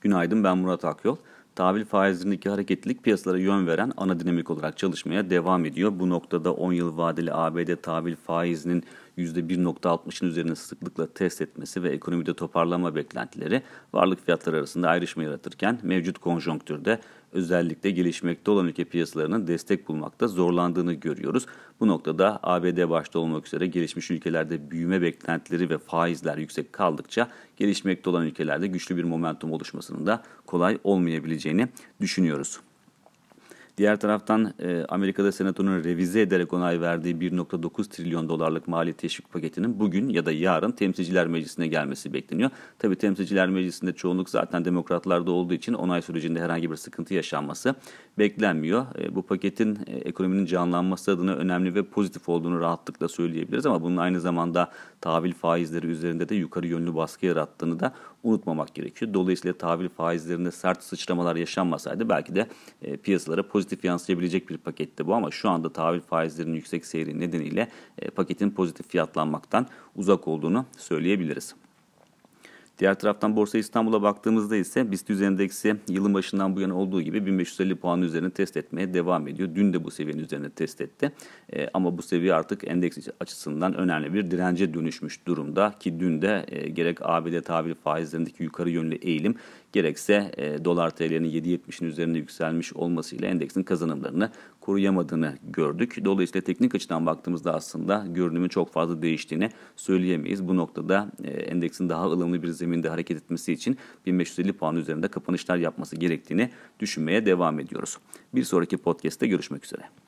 Günaydın, ben Murat Akyol. Tahvil faizlerindeki hareketlilik piyasalara yön veren ana dinamik olarak çalışmaya devam ediyor. Bu noktada 10 yıl vadeli ABD tahvil faizinin %1.60'ın üzerine sıklıkla test etmesi ve ekonomide toparlanma beklentileri varlık fiyatları arasında ayrışma yaratırken mevcut konjonktürde özellikle gelişmekte olan ülke piyasalarının destek bulmakta zorlandığını görüyoruz. Bu noktada ABD başta olmak üzere gelişmiş ülkelerde büyüme beklentileri ve faizler yüksek kaldıkça gelişmekte olan ülkelerde güçlü bir momentum oluşmasının da kolay olmayabileceğini düşünüyoruz. Diğer taraftan Amerika'da Senato'nun revize ederek onay verdiği 1.9 trilyon dolarlık mali teşvik paketinin bugün ya da yarın Temsilciler Meclisi'ne gelmesi bekleniyor. Tabii Temsilciler Meclisi'nde çoğunluk zaten demokratlarda olduğu için onay sürecinde herhangi bir sıkıntı yaşanması beklenmiyor. Bu paketin ekonominin canlanması adına önemli ve pozitif olduğunu rahatlıkla söyleyebiliriz ama bunun aynı zamanda tahvil faizleri üzerinde de yukarı yönlü baskı yarattığını da unutmamak gerekiyor. Dolayısıyla tahvil faizlerinde sert sıçramalar yaşanmasaydı belki de piyasalara pozitif yansıyabilecek bir paketti bu ama şu anda tahvil faizlerinin yüksek seyri nedeniyle paketin pozitif fiyatlanmaktan uzak olduğunu söyleyebiliriz. Diğer taraftan Borsa İstanbul'a baktığımızda ise BIST endeksi yılın başından bu yana olduğu gibi 1550 puanın üzerine test etmeye devam ediyor. Dün de bu seviyenin üzerine test etti. Ama bu seviye artık endeks açısından önemli bir dirence dönüşmüş durumda ki dün de gerek ABD tahvil faizlerindeki yukarı yönlü eğilim gerekse dolar TL'nin 7.70'in üzerinde yükselmiş olmasıyla endeksin kazanımlarını koruyamadığını gördük. Dolayısıyla teknik açıdan baktığımızda aslında görünümün çok fazla değiştiğini söyleyemeyiz. Bu noktada endeksin daha ılımlı bir zeminde hareket etmesi için 1550 puan üzerinde kapanışlar yapması gerektiğini düşünmeye devam ediyoruz. Bir sonraki podcast'te görüşmek üzere.